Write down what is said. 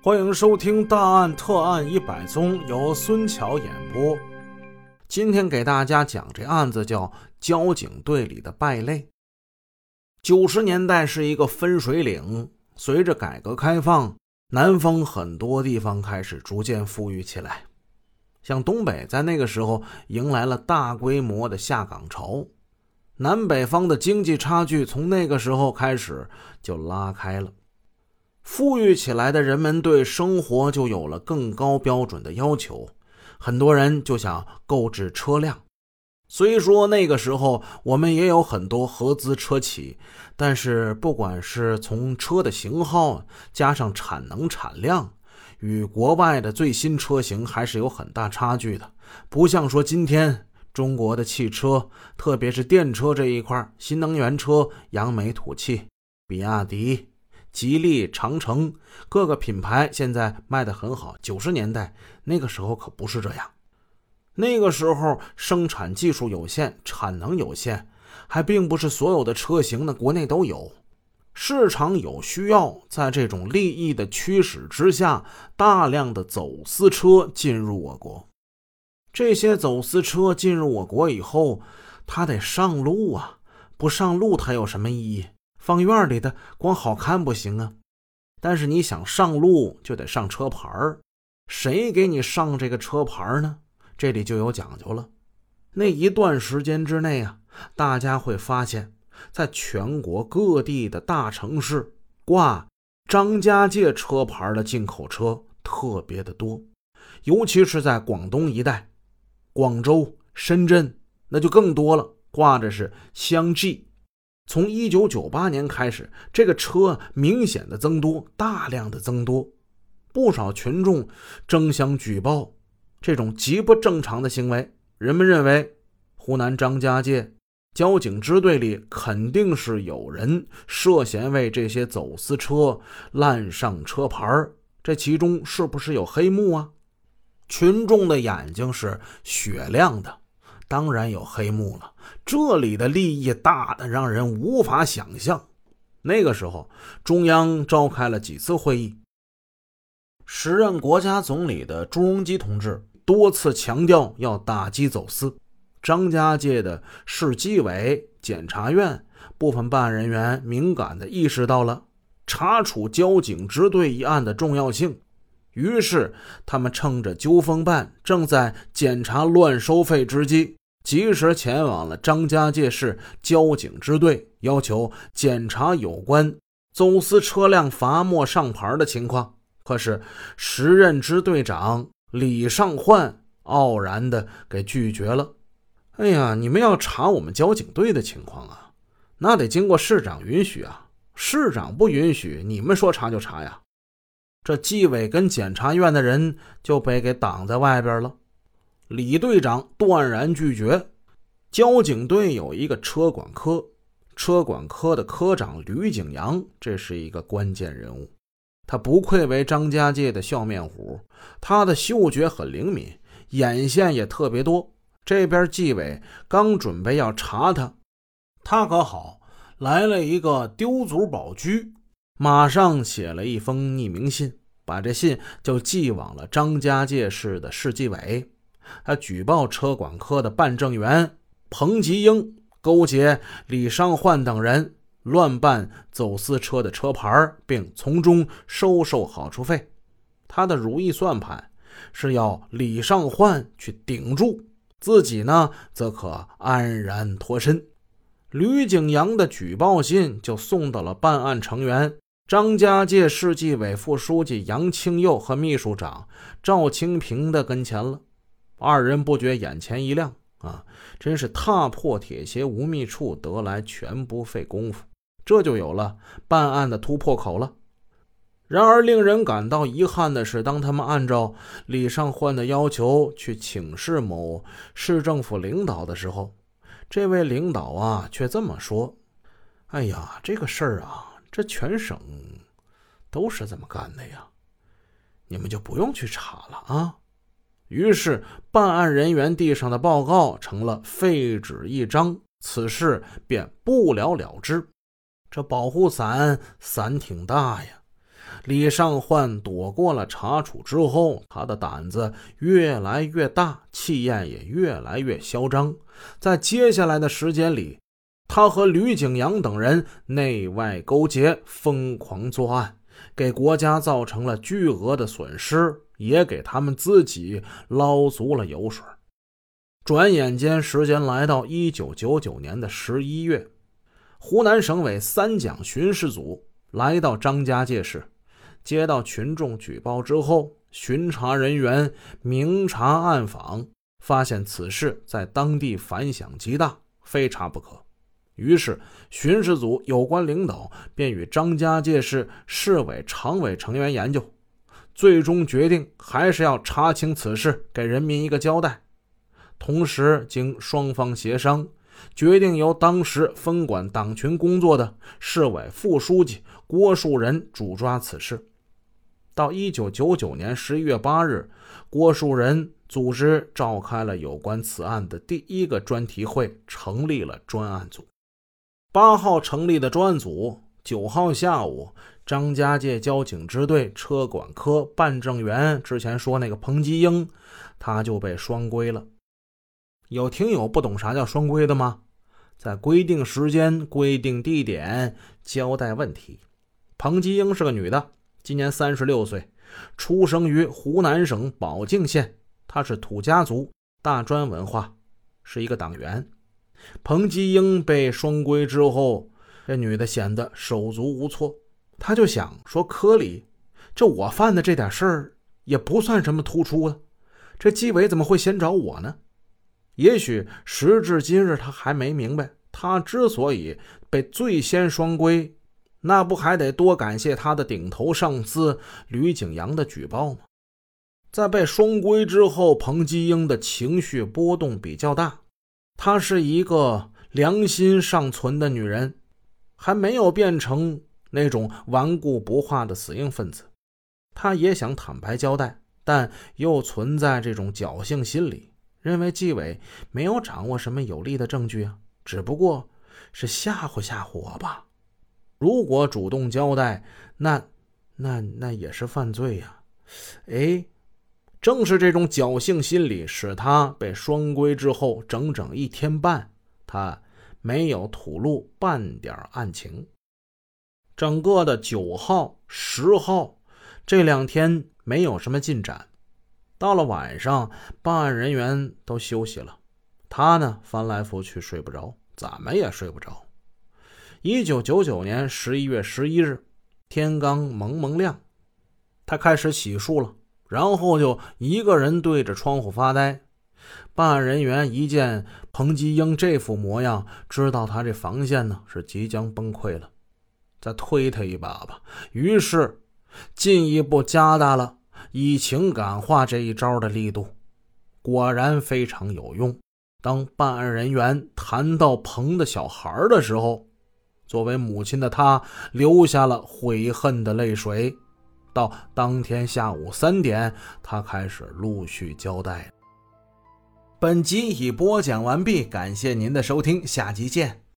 欢迎收听《大案特案100宗》，由孙桥演播。今天给大家讲这案子叫交警队里的败类。90年代是一个分水岭，随着改革开放，南方很多地方开始逐渐富裕起来。像东北在那个时候迎来了大规模的下岗潮，南北方的经济差距从那个时候开始就拉开了。富裕起来的人们对生活就有了更高标准的要求，很多人就想购置车辆。虽说那个时候我们也有很多合资车企，但是不管是从车的型号加上产能产量，与国外的最新车型还是有很大差距的。不像说今天中国的汽车，特别是电车这一块，新能源车扬眉吐气，比亚迪、吉利、长城各个品牌现在卖得很好。90年代那个时候可不是这样，那个时候生产技术有限，产能有限，还并不是所有的车型呢国内都有。市场有需要，在这种利益的驱使之下，大量的走私车进入我国。这些走私车进入我国以后，它得上路啊，不上路它有什么意义？放院里的光好看不行啊。但是你想上路就得上车牌，谁给你上这个车牌呢？这里就有讲究了。那一段时间之内啊，大家会发现在全国各地的大城市挂张家界车牌的进口车特别的多，尤其是在广东一带，广州、深圳那就更多了，挂着是湘 G。从1998年开始，这个车明显的增多，大量的增多，不少群众争相举报这种极不正常的行为。人们认为湖南张家界交警支队里肯定是有人涉嫌为这些走私车滥上车牌，这其中是不是有黑幕啊？群众的眼睛是雪亮的，当然有黑幕了，这里的利益大的让人无法想象。那个时候中央召开了几次会议，时任国家总理的朱镕基同志多次强调要打击走私。张家界的市纪委、检察院部分办案人员敏感地意识到了查处交警支队一案的重要性，于是他们趁着纠纷办正在检查乱收费之际，及时前往了张家界市交警支队，要求检查有关走私车辆罚没上牌的情况。可是时任支队长李尚焕傲然地给拒绝了。哎呀，你们要查我们交警队的情况啊，那得经过市长允许啊，市长不允许，你们说查就查呀。这纪委跟检察院的人就被给挡在外边了。李队长断然拒绝。交警队有一个车管科，车管科的科长吕景阳，这是一个关键人物。他不愧为张家界的笑面虎，他的嗅觉很灵敏，眼线也特别多。这边纪委刚准备要查他可好，来了一个丢卒保车，马上写了一封匿名信，把这信就寄往了张家界市的市纪委。他举报车管科的办证员彭吉英勾结李尚焕等人乱办走私车的车牌，并从中收受好处费。他的如意算盘是要李尚焕去顶住，自己呢则可安然脱身。吕景阳的举报信就送到了办案成员张家界市纪委副书记杨清佑和秘书长赵清平的跟前了。二人不觉眼前一亮啊，真是踏破铁鞋无觅处，得来全不费功夫，这就有了办案的突破口了。然而令人感到遗憾的是，当他们按照李尚焕的要求去请示某市政府领导的时候，这位领导啊却这么说：哎呀，这个事儿啊，这全省都是这么干的呀，你们就不用去查了啊。于是办案人员递上的报告成了废纸一张，此事便不了了之。这保护伞挺大呀， 李尚焕躲过了查处之后，他的胆子越来越大，气焰也越来越嚣张。在接下来的时间里，他和吕景阳等人内外勾结，疯狂作案，给国家造成了巨额的损失，也给他们自己捞足了油水。转眼间，时间来到1999年的11月，湖南省委三蒋巡视组来到张家界市，接到群众举报之后，巡查人员明察暗访，发现此事在当地反响极大，非查不可。于是巡视组有关领导便与张家界市市委常委成员研究，最终决定还是要查清此事，给人民一个交代。同时经双方协商，决定由当时分管党群工作的市委副书记郭树人主抓此事。到1999年11月8日，郭树人组织召开了有关此案的第一个专题会，成立了专案组。8号成立的专案组，9号下午，张家界交警支队车管科办证员，之前说那个彭基英，他就被双规了。有听友不懂啥叫双规的吗？在规定时间、规定地点交代问题。彭基英是个女的，今年36岁，出生于湖南省保靖县，她是土家族，大专文化，是一个党员。彭基英被双规之后，这女的显得手足无措，她就想说，科里这我犯的这点事儿也不算什么突出的，这纪委怎么会先找我呢？也许时至今日他还没明白，他之所以被最先双规，那不还得多感谢他的顶头上司吕景阳的举报吗？在被双规之后，彭基英的情绪波动比较大，她是一个良心尚存的女人，还没有变成那种顽固不化的死硬分子。她也想坦白交代，但又存在这种侥幸心理，认为纪委没有掌握什么有力的证据啊，只不过是吓唬吓唬我吧。如果主动交代，那也是犯罪呀。正是这种侥幸心理，使他被双规之后整整1天半，他没有吐露半点案情。整个的9号、10号这2天没有什么进展。到了晚上，办案人员都休息了，他呢翻来覆去睡不着，咱们也睡不着。1999年11月11日，天刚蒙蒙亮，他开始洗漱了，然后就一个人对着窗户发呆。办案人员一见彭基英这副模样，知道他这防线呢是即将崩溃了，再推他一把吧。于是进一步加大了以情感化这一招的力度，果然非常有用。当办案人员谈到彭的小孩的时候，作为母亲的她流下了悔恨的泪水。到当天下午3点，她开始陆续交代。本集已播讲完毕，感谢您的收听，下集见。